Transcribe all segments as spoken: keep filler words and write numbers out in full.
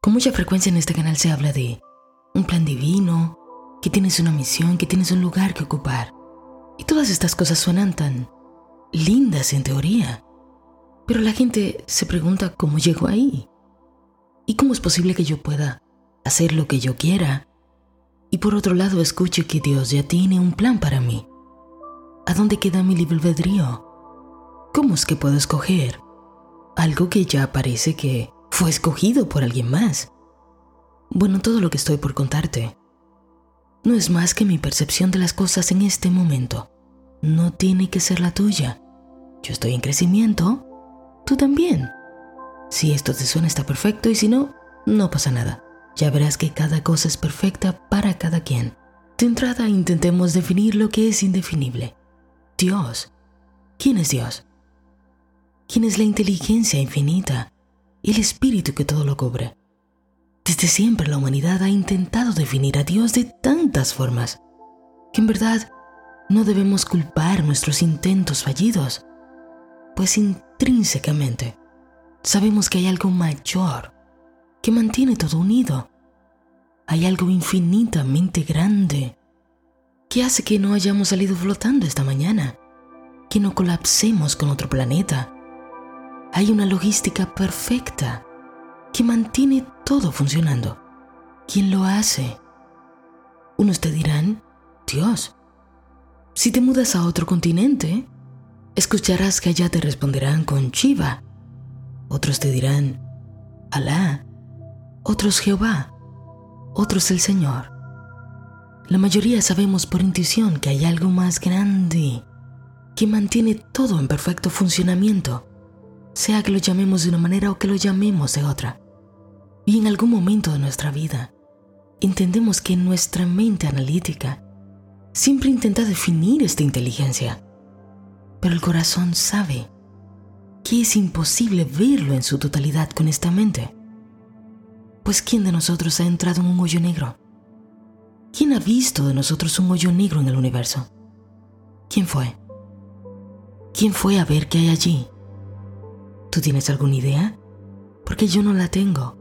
Con mucha frecuencia en este canal se habla de un plan divino, que tienes una misión, que tienes un lugar que ocupar. Y todas estas cosas suenan tan lindas en teoría. Pero la gente se pregunta cómo llego ahí. ¿Y cómo es posible que yo pueda hacer lo que yo quiera? Y por otro lado escuche que Dios ya tiene un plan para mí. ¿A dónde queda mi libre albedrío? ¿Cómo es que puedo escoger algo que ya parece que fue escogido por alguien más? Bueno, todo lo que estoy por contarte no es más que mi percepción de las cosas en este momento. No tiene que ser la tuya. Yo estoy en crecimiento, tú también. Si esto te suena está perfecto y si no, no pasa nada. Ya verás que cada cosa es perfecta para cada quien. De entrada intentemos definir lo que es indefinible. Dios. ¿Quién es Dios? ¿Quién es la inteligencia infinita? El espíritu que todo lo cubre. Desde siempre la humanidad ha intentado definir a Dios de tantas formas que en verdad no debemos culpar nuestros intentos fallidos, pues intrínsecamente sabemos que hay algo mayor que mantiene todo unido. Hay algo infinitamente grande que hace que no hayamos salido flotando esta mañana, que no colapsemos con otro planeta. Hay una logística perfecta que mantiene todo funcionando. ¿Quién lo hace? Unos te dirán, Dios. Si te mudas a otro continente, escucharás que allá te responderán con Shiva. Otros te dirán, Alá. Otros Jehová. Otros el Señor. La mayoría sabemos por intuición que hay algo más grande que mantiene todo en perfecto funcionamiento, sea que lo llamemos de una manera o que lo llamemos de otra. Y en algún momento de nuestra vida entendemos que nuestra mente analítica siempre intenta definir esta inteligencia, pero el corazón sabe que es imposible verlo en su totalidad con esta mente. Pues ¿quién de nosotros ha entrado en un hoyo negro? ¿Quién ha visto de nosotros un hoyo negro en el universo? ¿Quién fue? ¿Quién fue a ver qué hay allí? ¿Tú tienes alguna idea? Porque yo no la tengo.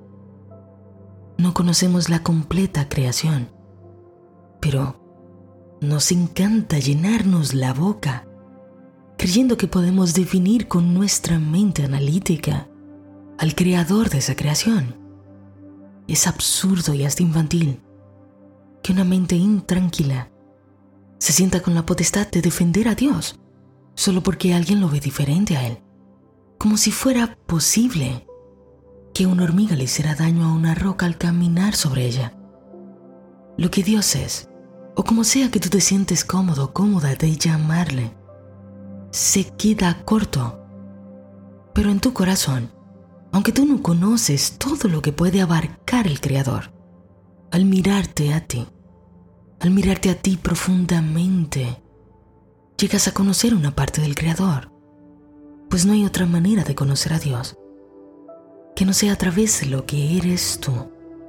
No conocemos la completa creación, pero nos encanta llenarnos la boca creyendo que podemos definir con nuestra mente analítica al creador de esa creación. Es absurdo y hasta infantil que una mente intranquila se sienta con la potestad de defender a Dios solo porque alguien lo ve diferente a él, como si fuera posible que una hormiga le hiciera daño a una roca al caminar sobre ella. Lo que Dios es, o como sea que tú te sientes cómodo o cómoda de llamarle, se queda corto. Pero en tu corazón, aunque tú no conoces todo lo que puede abarcar el Creador, al mirarte a ti, al mirarte a ti profundamente, llegas a conocer una parte del Creador, pues no hay otra manera de conocer a Dios que no sea a través de lo que eres tú.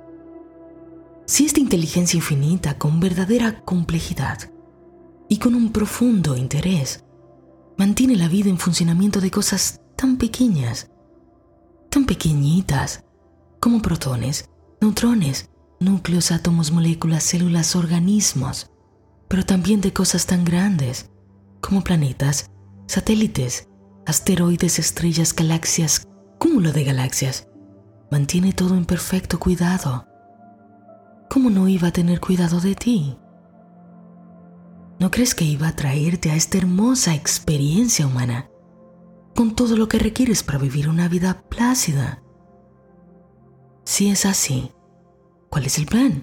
Si esta inteligencia infinita con verdadera complejidad y con un profundo interés mantiene la vida en funcionamiento de cosas tan pequeñas, tan pequeñitas, como protones, neutrones, núcleos, átomos, moléculas, células, organismos, pero también de cosas tan grandes como planetas, satélites, asteroides, estrellas, galaxias, cúmulo de galaxias, mantiene todo en perfecto cuidado. ¿Cómo no iba a tener cuidado de ti? ¿No crees que iba a traerte a esta hermosa experiencia humana con todo lo que requieres para vivir una vida plácida? Si es así, ¿cuál es el plan?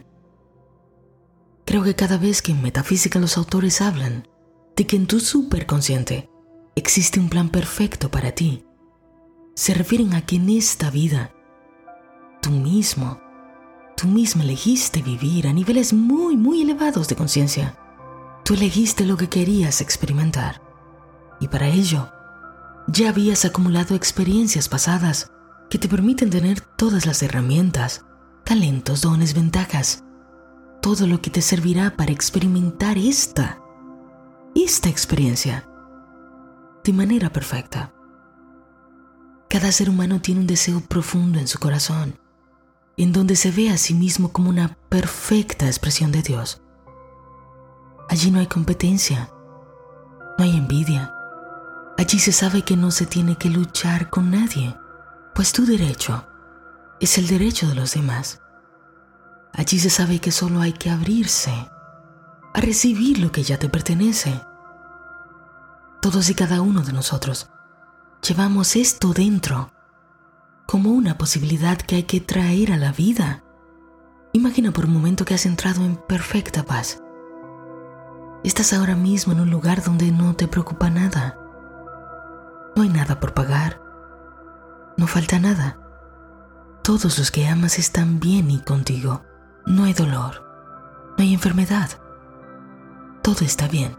Creo que cada vez que en metafísica los autores hablan de que en tu superconsciente existe un plan perfecto para ti, se refieren a que en esta vida tú mismo, tú misma elegiste vivir a niveles muy, muy elevados de conciencia. Tú elegiste lo que querías experimentar y para ello ya habías acumulado experiencias pasadas que te permiten tener todas las herramientas, talentos, dones, ventajas, todo lo que te servirá para experimentar esta, esta experiencia de manera perfecta. Cada ser humano tiene un deseo profundo en su corazón en donde se ve a sí mismo como una perfecta expresión de Dios. Allí no hay competencia, no hay envidia. Allí se sabe que no se tiene que luchar con nadie, pues tu derecho es el derecho de los demás. Allí se sabe que solo hay que abrirse a recibir lo que ya te pertenece. Todos y cada uno de nosotros llevamos esto dentro como una posibilidad que hay que traer a la vida. Imagina por un momento que has entrado en perfecta paz. Estás ahora mismo en un lugar donde no te preocupa nada. No hay nada por pagar. No falta nada. Todos los que amas están bien y contigo. No hay dolor. No hay enfermedad. Todo está bien.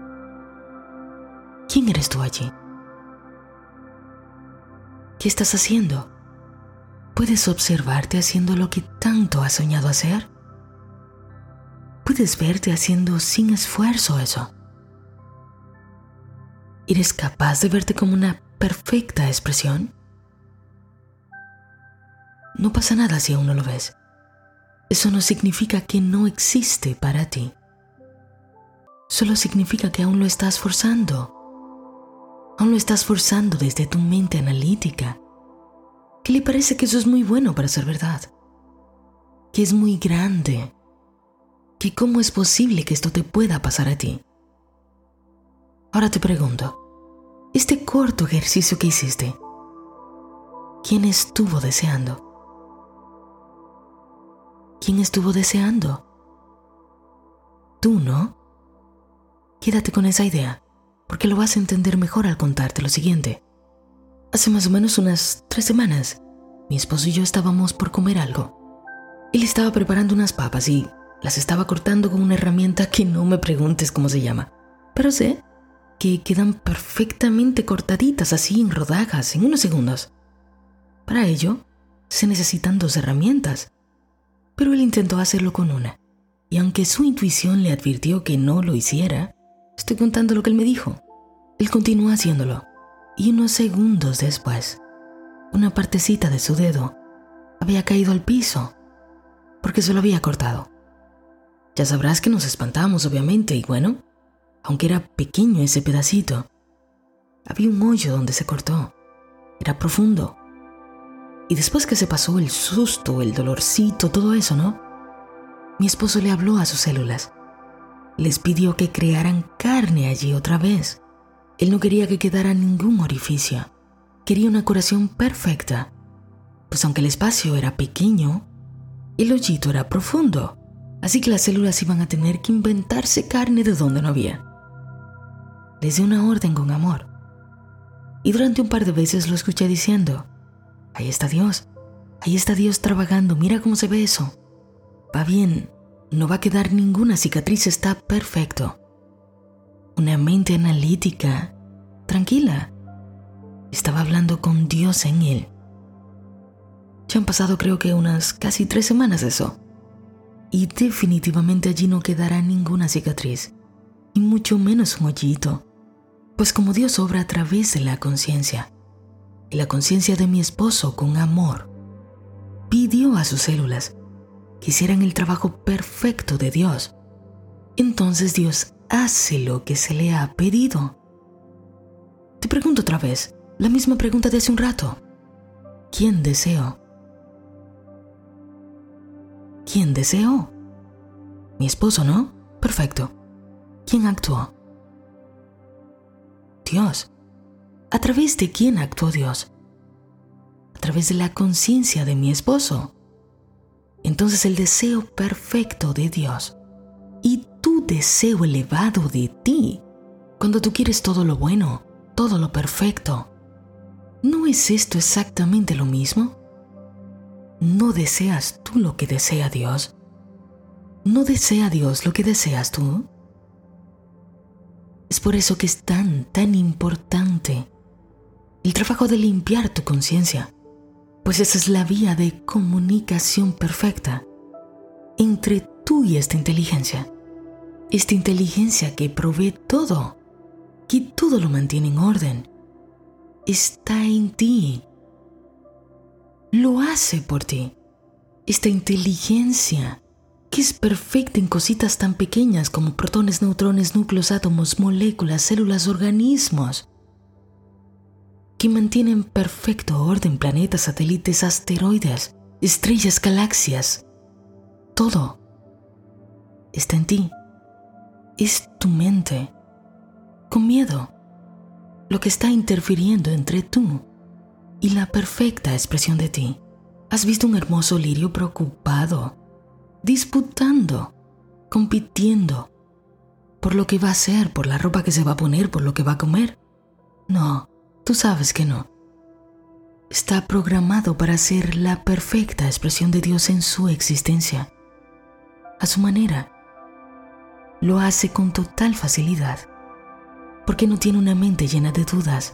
¿Quién eres tú allí? ¿Qué estás haciendo? ¿Puedes observarte haciendo lo que tanto has soñado hacer? ¿Puedes verte haciendo sin esfuerzo eso? ¿Eres capaz de verte como una perfecta expresión? No pasa nada si aún no lo ves. Eso no significa que no existe para ti. Solo significa que aún lo estás forzando. Aún lo estás forzando desde tu mente analítica, que le parece que eso es muy bueno para ser verdad, que es muy grande, que cómo es posible que esto te pueda pasar a ti. Ahora te pregunto, este corto ejercicio que hiciste, ¿quién estuvo deseando? ¿Quién estuvo deseando? Tú, ¿no? Quédate con esa idea, porque lo vas a entender mejor al contarte lo siguiente. Hace más o menos unas tres semanas, mi esposo y yo estábamos por comer algo. Él estaba preparando unas papas y las estaba cortando con una herramienta que no me preguntes cómo se llama, pero sé que quedan perfectamente cortaditas así en rodajas en unos segundos. Para ello, se necesitan dos herramientas, pero él intentó hacerlo con una, y aunque su intuición le advirtió que no lo hiciera, estoy contando lo que él me dijo. Él continuó haciéndolo, y unos segundos después, una partecita de su dedo había caído al piso, porque se lo había cortado. Ya sabrás que nos espantamos, obviamente, y bueno, aunque era pequeño ese pedacito, había un hoyo donde se cortó. Era profundo. Y después que se pasó el susto, el dolorcito, todo eso, ¿no? Mi esposo le habló a sus células. Les pidió que crearan carne allí otra vez. Él no quería que quedara ningún orificio. Quería una curación perfecta. Pues aunque el espacio era pequeño, el hoyito era profundo. Así que las células iban a tener que inventarse carne de donde no había. Les dio una orden con amor. Y durante un par de veces lo escuché diciendo: ahí está Dios, ahí está Dios trabajando, mira cómo se ve eso. Va bien, no va a quedar ninguna cicatriz, está perfecto. Una mente analítica, tranquila. Estaba hablando con Dios en él. Ya han pasado creo que unas casi tres semanas de eso. Y definitivamente allí no quedará ninguna cicatriz, y mucho menos un hoyito. Pues como Dios obra a través de la conciencia, y la conciencia de mi esposo con amor, pidió a sus células que hicieran el trabajo perfecto de Dios. Entonces Dios hace lo que se le ha pedido. Te pregunto otra vez, la misma pregunta de hace un rato. ¿Quién deseó? ¿Quién deseó? Mi esposo, ¿no? Perfecto. ¿Quién actuó? Dios. ¿A través de quién actuó Dios? A través de la conciencia de mi esposo. Entonces el deseo perfecto de Dios y tu deseo elevado de ti, cuando tú quieres todo lo bueno, todo lo perfecto, ¿no es esto exactamente lo mismo? ¿No deseas tú lo que desea Dios? ¿No desea Dios lo que deseas tú? Es por eso que es tan, tan importante el trabajo de limpiar tu conciencia, pues esa es la vía de comunicación perfecta entre tú y esta inteligencia. Esta inteligencia que provee todo, que todo lo mantiene en orden, está en ti. Lo hace por ti. esta inteligencia que es perfecta en cositas tan pequeñas como protones, neutrones, núcleos, átomos, moléculas, células, organismos, que mantienen en perfecto orden planetas, satélites, asteroides, estrellas, galaxias. Todo está en ti. Es tu mente, con miedo, lo que está interfiriendo entre tú y la perfecta expresión de ti. ¿Has visto un hermoso lirio preocupado, disputando, compitiendo por lo que va a hacer, por la ropa que se va a poner, por lo que va a comer? No, tú sabes que no. Está programado para ser la perfecta expresión de Dios en su existencia, a su manera. Lo hace con total facilidad, porque no tiene una mente llena de dudas.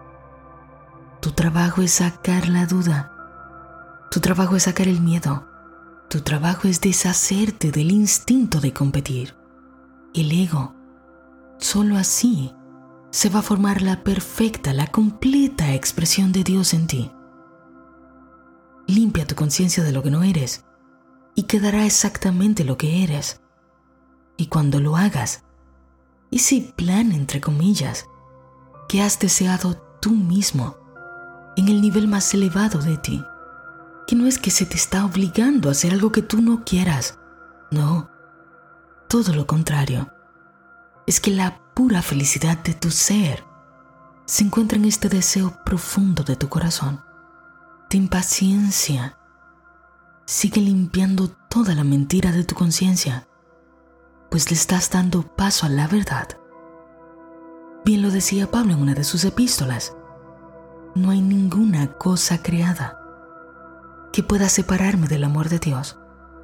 Tu trabajo es sacar la duda. Tu trabajo es sacar el miedo. Tu trabajo es deshacerte del instinto de competir, el ego. Solo así se va a formar la perfecta, la completa expresión de Dios en ti. Limpia tu conciencia de lo que no eres y quedará exactamente lo que eres. Y cuando lo hagas, ese plan, entre comillas, que has deseado tú mismo, en el nivel más elevado de ti, que no es que se te está obligando a hacer algo que tú no quieras, no, todo lo contrario, es que la pura felicidad de tu ser se encuentra en este deseo profundo de tu corazón. Ten paciencia, sigue limpiando toda la mentira de tu conciencia, pues le estás dando paso a la verdad. Bien lo decía Pablo en una de sus epístolas: no hay ninguna cosa creada que pueda separarme del amor de Dios.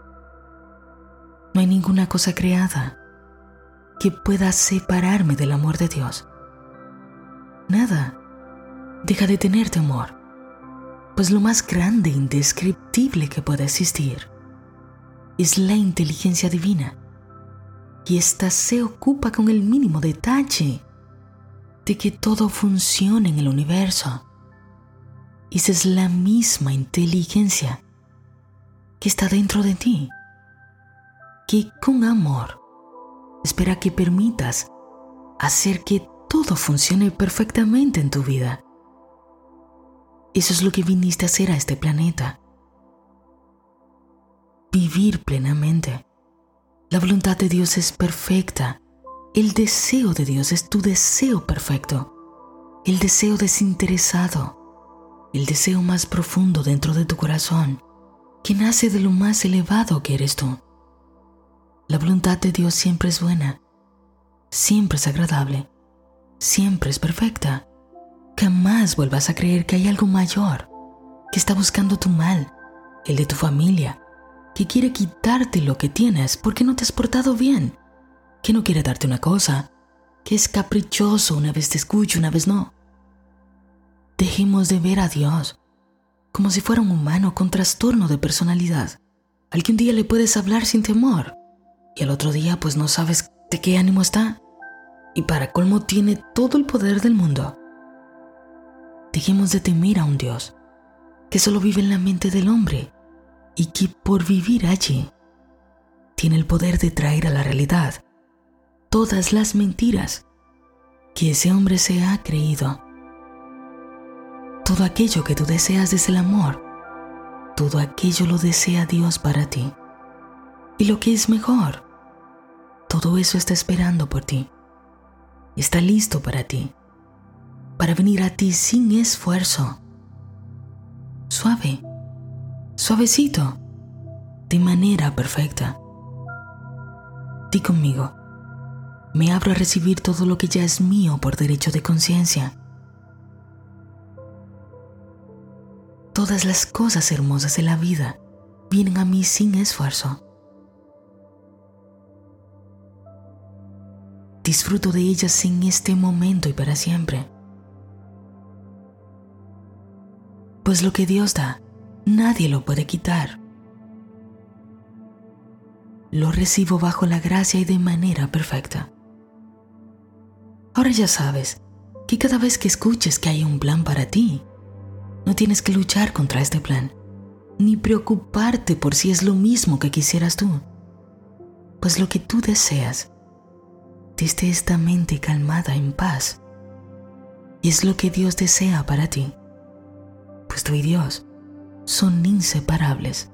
No hay ninguna cosa creada que pueda separarme del amor de Dios. Nada. Deja de tener temor, pues lo más grande e indescriptible que pueda existir es la inteligencia divina, y ésta se ocupa con el mínimo detalle de que todo funcione en el universo. Esa es la misma inteligencia que está dentro de ti, que con amor espera que permitas hacer que todo funcione perfectamente en tu vida. Eso es lo que viniste a hacer a este planeta. Vivir plenamente. La voluntad de Dios es perfecta. El deseo de Dios es tu deseo perfecto. El deseo desinteresado. El deseo más profundo dentro de tu corazón, que nace de lo más elevado que eres tú. La voluntad de Dios siempre es buena, siempre es agradable, siempre es perfecta. Jamás vuelvas a creer que hay algo mayor que está buscando tu mal, el de tu familia, que quiere quitarte lo que tienes porque no te has portado bien, que no quiere darte una cosa, que es caprichoso, una vez te escucha, una vez no. Dejemos de ver a Dios como si fuera un humano con trastorno de personalidad, al que un día le puedes hablar sin temor y al otro día pues no sabes de qué ánimo está, y para colmo tiene todo el poder del mundo. Dejemos de temer a un Dios que solo vive en la mente del hombre y que por vivir allí tiene el poder de traer a la realidad todas las mentiras que ese hombre se ha creído. Todo aquello que tú deseas desde el amor, todo aquello lo desea Dios para ti. Y lo que es mejor, todo eso está esperando por ti. Está listo para ti, para venir a ti sin esfuerzo. Suave, suavecito, de manera perfecta. Di conmigo: me abro a recibir todo lo que ya es mío por derecho de conciencia. Todas las cosas hermosas de la vida vienen a mí sin esfuerzo. Disfruto de ellas en este momento y para siempre. Pues lo que Dios da, nadie lo puede quitar. Lo recibo bajo la gracia y de manera perfecta. Ahora ya sabes que cada vez que escuches que hay un plan para ti, no tienes que luchar contra este plan. ni preocuparte por si es lo mismo que quisieras tú, pues lo que tú deseas desde esta mente calmada en paz es lo que Dios desea para ti, pues tú y Dios son inseparables.